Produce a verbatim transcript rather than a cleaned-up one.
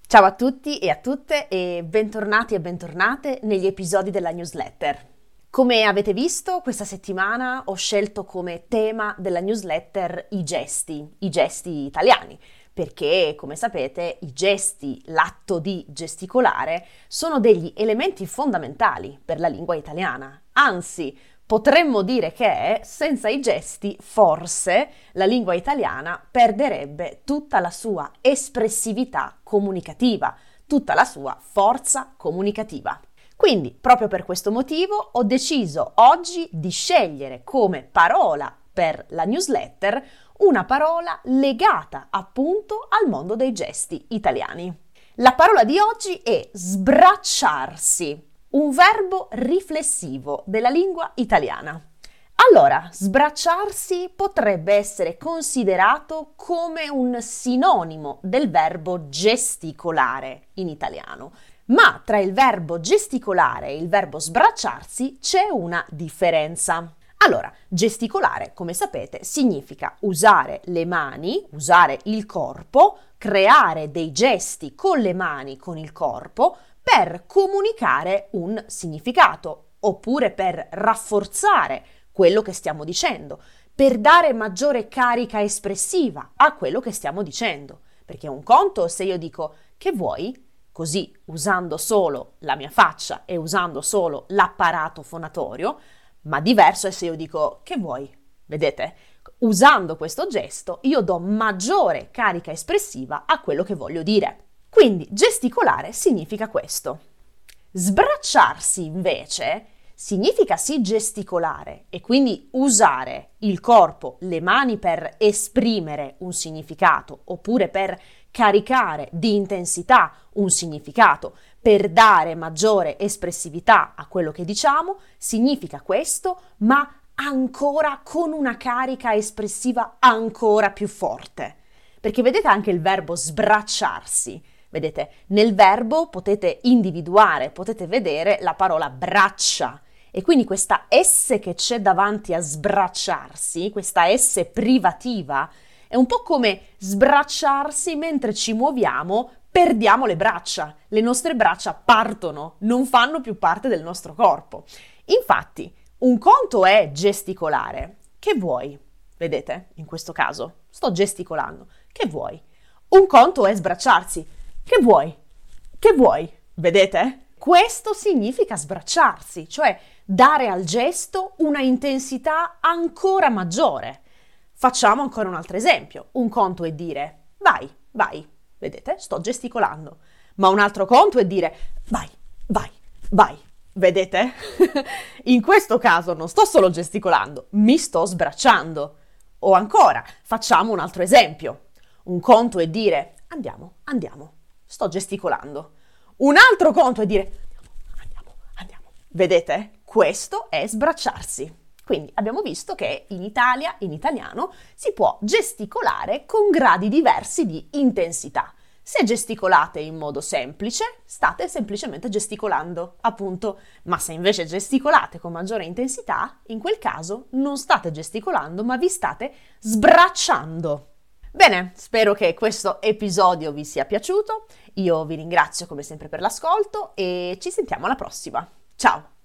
Ciao a tutti e a tutte e bentornati e bentornate negli episodi della newsletter. Come avete visto, questa settimana ho scelto come tema della newsletter i gesti, i gesti italiani, perché, come sapete, i gesti, l'atto di gesticolare, sono degli elementi fondamentali per la lingua italiana. Anzi, potremmo dire che senza i gesti forse la lingua italiana perderebbe tutta la sua espressività comunicativa, tutta la sua forza comunicativa. Quindi, proprio per questo motivo, ho deciso oggi di scegliere come parola per la newsletter una parola legata appunto al mondo dei gesti italiani. La parola di oggi è sbracciarsi. Un verbo riflessivo della lingua italiana. Allora, sbracciarsi potrebbe essere considerato come un sinonimo del verbo gesticolare in italiano, ma tra il verbo gesticolare e il verbo sbracciarsi c'è una differenza. Allora, gesticolare, come sapete, significa usare le mani, usare il corpo, creare dei gesti con le mani, con il corpo, per comunicare un significato, oppure per rafforzare quello che stiamo dicendo, per dare maggiore carica espressiva a quello che stiamo dicendo. Perché un conto se io dico che vuoi, così usando solo la mia faccia e usando solo l'apparato fonatorio, ma diverso è se io dico che vuoi. Vedete? Usando questo gesto io do maggiore carica espressiva a quello che voglio dire. Quindi gesticolare significa questo. Sbracciarsi invece significa sì gesticolare e quindi usare il corpo, le mani per esprimere un significato oppure per caricare di intensità un significato, per dare maggiore espressività a quello che diciamo, significa questo, ma ancora con una carica espressiva ancora più forte. Perché vedete anche il verbo sbracciarsi. Vedete, nel verbo potete individuare, potete vedere la parola braccia e quindi questa S che c'è davanti a sbracciarsi, questa S privativa, è un po' come sbracciarsi mentre ci muoviamo, perdiamo le braccia, le nostre braccia partono, non fanno più parte del nostro corpo. Infatti, un conto è gesticolare. Che vuoi? Vedete, in questo caso, sto gesticolando. Che vuoi? Un conto è sbracciarsi. Che vuoi? Che vuoi? Vedete? Questo significa sbracciarsi, cioè dare al gesto una intensità ancora maggiore. Facciamo ancora un altro esempio. Un conto è dire vai, vai. Vedete? Sto gesticolando. Ma un altro conto è dire vai, vai, vai. Vedete? In questo caso non sto solo gesticolando, mi sto sbracciando. O ancora, facciamo un altro esempio. Un conto è dire andiamo, andiamo. Sto gesticolando. Un altro conto è dire andiamo, andiamo. Vedete? Questo è sbracciarsi. Quindi abbiamo visto che in Italia, in italiano, si può gesticolare con gradi diversi di intensità. Se gesticolate in modo semplice, state semplicemente gesticolando, appunto. Ma se invece gesticolate con maggiore intensità, in quel caso non state gesticolando, ma vi state sbracciando. Bene, spero che questo episodio vi sia piaciuto, io vi ringrazio come sempre per l'ascolto e ci sentiamo alla prossima. Ciao!